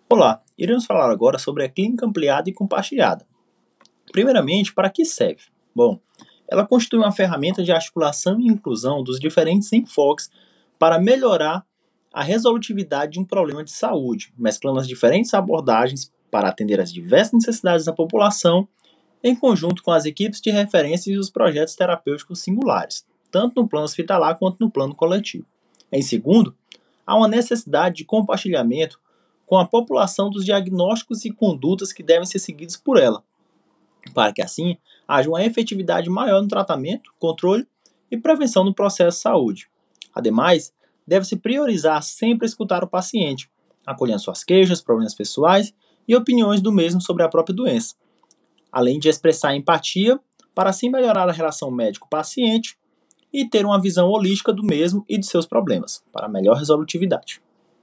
Olá, iremos falar agora sobre a clínica ampliada e compartilhada. Primeiramente, para que serve? Bom, ela constitui uma ferramenta de articulação e inclusão dos diferentes enfoques para melhorar a resolutividade de um problema de saúde, mesclando as diferentes abordagens para atender às diversas necessidades da população, em conjunto com as equipes de referência e os projetos terapêuticos singulares, tanto no plano hospitalar quanto no plano coletivo. Em segundo, há uma necessidade de compartilhamento com a população dos diagnósticos e condutas que devem ser seguidos por ela, para que assim haja uma efetividade maior no tratamento, controle e prevenção no processo de saúde. Ademais, deve-se priorizar sempre escutar o paciente, acolhendo suas queixas, problemas pessoais e opiniões do mesmo sobre a própria doença, além de expressar empatia para assim melhorar a relação médico-paciente e ter uma visão holística do mesmo e de seus problemas, para melhor resolutividade.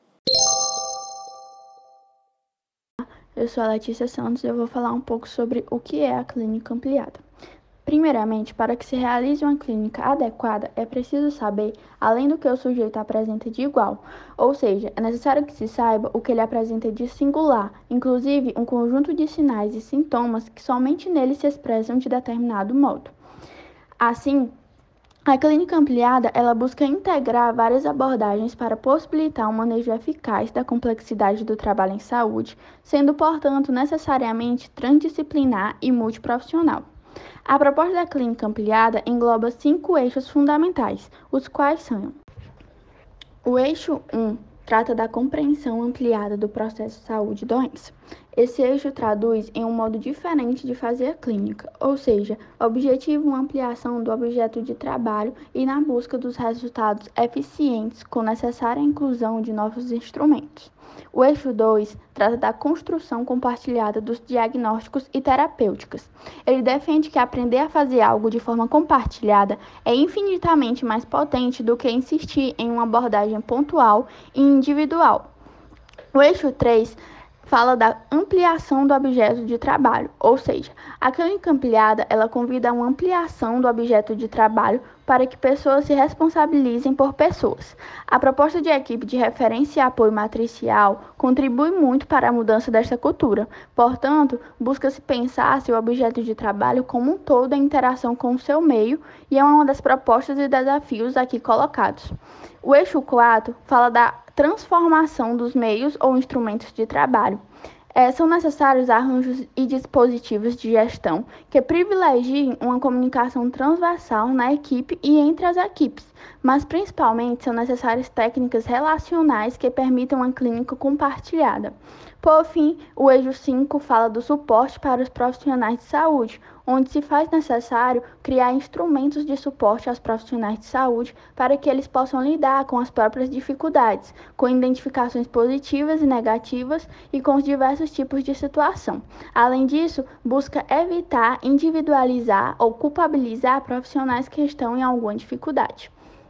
Eu sou a Letícia Santos e eu vou falar um pouco sobre o que é a clínica ampliada. Primeiramente, para que se realize uma clínica adequada, é preciso saber, além do que o sujeito apresenta de igual, ou seja, é necessário que se saiba o que ele apresenta de singular, inclusive um conjunto de sinais e sintomas que somente nele se expressam de determinado modo. Assim, a clínica ampliada, ela busca integrar várias abordagens para possibilitar um manejo eficaz da complexidade do trabalho em saúde, sendo, portanto, necessariamente transdisciplinar e multiprofissional. A proposta da clínica ampliada engloba 5 eixos fundamentais, os quais são: o eixo 1 trata da compreensão ampliada do processo saúde e doença. Esse eixo traduz em um modo diferente de fazer a clínica, ou seja, objetiva uma ampliação do objeto de trabalho e na busca dos resultados eficientes com necessária inclusão de novos instrumentos. O eixo 2 trata da construção compartilhada dos diagnósticos e terapêuticas. Ele defende que aprender a fazer algo de forma compartilhada é infinitamente mais potente do que insistir em uma abordagem pontual e individual. O eixo 3 fala da ampliação do objeto de trabalho, ou seja, a clínica ampliada ela convida a uma ampliação do objeto de trabalho para que pessoas se responsabilizem por pessoas. A proposta de equipe de referência e apoio matricial contribui muito para a mudança desta cultura. Portanto, busca-se pensar seu objeto de trabalho como um todo em interação com o seu meio e é uma das propostas e desafios aqui colocados. O eixo 4 fala da transformação dos meios ou instrumentos de trabalho. São necessários arranjos e dispositivos de gestão que privilegiem uma comunicação transversal na equipe e entre as equipes, mas principalmente são necessárias técnicas relacionais que permitam uma clínica compartilhada. Por fim, o eixo 5 fala do suporte para os profissionais de saúde, onde se faz necessário criar instrumentos de suporte aos profissionais de saúde para que eles possam lidar com as próprias dificuldades, com identificações positivas e negativas e com os diversos tipos de situação. Além disso, busca evitar individualizar ou culpabilizar profissionais que estão em alguma dificuldade.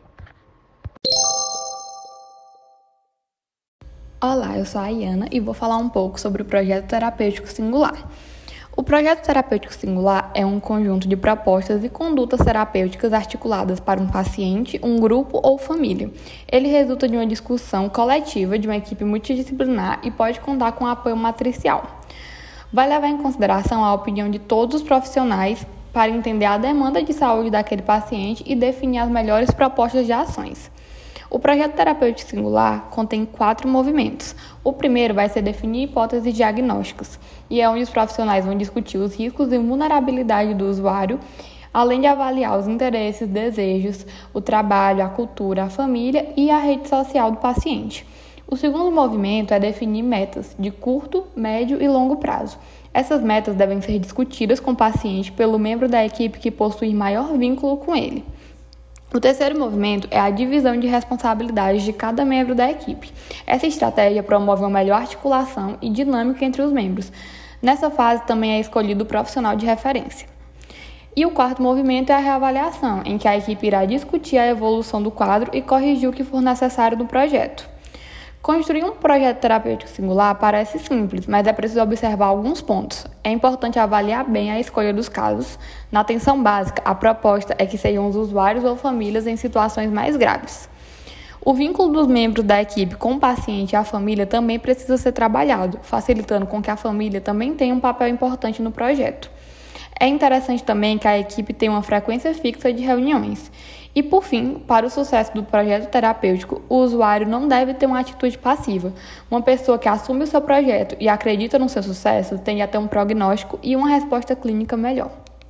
Olá, eu sou a Iana e vou falar um pouco sobre o projeto terapêutico singular. O projeto terapêutico singular é um conjunto de propostas e condutas terapêuticas articuladas para um paciente, um grupo ou família. Ele resulta de uma discussão coletiva de uma equipe multidisciplinar e pode contar com apoio matricial. Vai levar em consideração a opinião de todos os profissionais para entender a demanda de saúde daquele paciente e definir as melhores propostas de ações. O projeto terapêutico singular contém 4 movimentos. O primeiro vai ser definir hipóteses diagnósticas, e é onde os profissionais vão discutir os riscos e vulnerabilidade do usuário, além de avaliar os interesses, desejos, o trabalho, a cultura, a família e a rede social do paciente. O segundo movimento é definir metas de curto, médio e longo prazo. Essas metas devem ser discutidas com o paciente pelo membro da equipe que possui maior vínculo com ele. O terceiro movimento é a divisão de responsabilidades de cada membro da equipe. Essa estratégia promove uma melhor articulação e dinâmica entre os membros. Nessa fase também é escolhido o profissional de referência. E o quarto movimento é a reavaliação, em que a equipe irá discutir a evolução do quadro e corrigir o que for necessário no projeto. Construir um projeto terapêutico singular parece simples, mas é preciso observar alguns pontos. É importante avaliar bem a escolha dos casos. Na atenção básica, a proposta é que sejam os usuários ou famílias em situações mais graves. O vínculo dos membros da equipe com o paciente e a família também precisa ser trabalhado, facilitando com que a família também tenha um papel importante no projeto. É interessante também que a equipe tenha uma frequência fixa de reuniões. E, por fim, para o sucesso do projeto terapêutico, o usuário não deve ter uma atitude passiva. Uma pessoa que assume o seu projeto e acredita no seu sucesso tende a ter um prognóstico e uma resposta clínica melhor.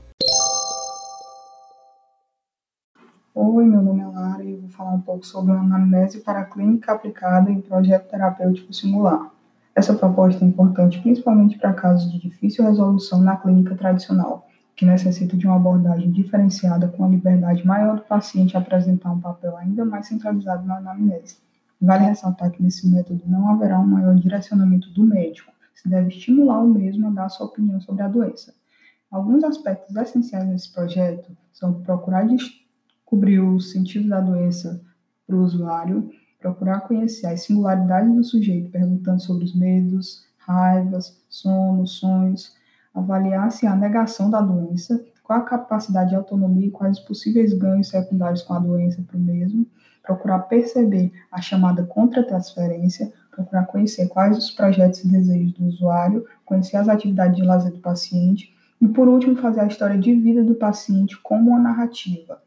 Oi, meu nome é Lara e eu vou falar um pouco sobre a anamnese para a clínica aplicada em projeto terapêutico singular. Essa proposta é importante principalmente para casos de difícil resolução na clínica tradicional, que necessita de uma abordagem diferenciada com a liberdade maior do paciente a apresentar um papel ainda mais centralizado na anamnese. Vale ressaltar que nesse método não haverá um maior direcionamento do médico, se deve estimular o mesmo a dar sua opinião sobre a doença. Alguns aspectos essenciais nesse projeto são procurar descobrir o sentido da doença para o usuário, procurar conhecer as singularidades do sujeito, perguntando sobre os medos, raivas, sono, sonhos, avaliar se há negação da doença, qual a capacidade de autonomia e quais os possíveis ganhos secundários com a doença para o mesmo, procurar perceber a chamada contratransferência, procurar conhecer quais os projetos e desejos do usuário, conhecer as atividades de lazer do paciente e, por último, fazer a história de vida do paciente como uma narrativa.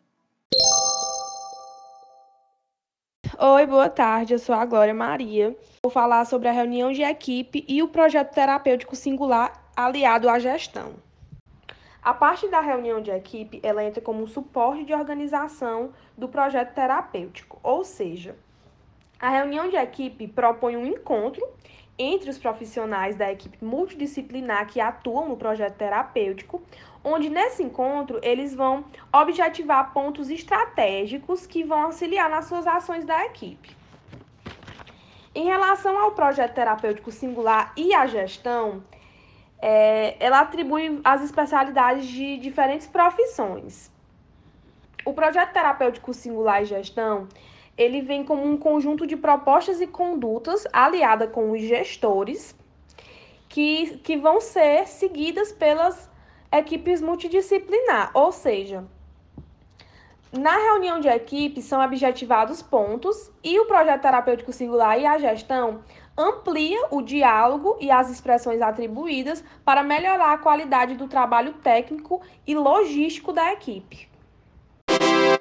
Oi, boa tarde, eu sou a Glória Maria. Vou falar sobre a reunião de equipe e o projeto terapêutico singular aliado à gestão. A parte da reunião de equipe, ela entra como um suporte de organização do projeto terapêutico, ou seja, a reunião de equipe propõe um encontro entre os profissionais da equipe multidisciplinar que atuam no projeto terapêutico, onde nesse encontro eles vão objetivar pontos estratégicos que vão auxiliar nas suas ações da equipe. Em relação ao projeto terapêutico singular e à gestão, ela atribui as especialidades de diferentes profissões. O projeto terapêutico singular e gestão, ele vem como um conjunto de propostas e condutas aliada com os gestores que vão ser seguidas pelas equipes multidisciplinar, ou seja, na reunião de equipe são objetivados pontos e o projeto terapêutico singular e a gestão amplia o diálogo e as expressões atribuídas para melhorar a qualidade do trabalho técnico e logístico da equipe.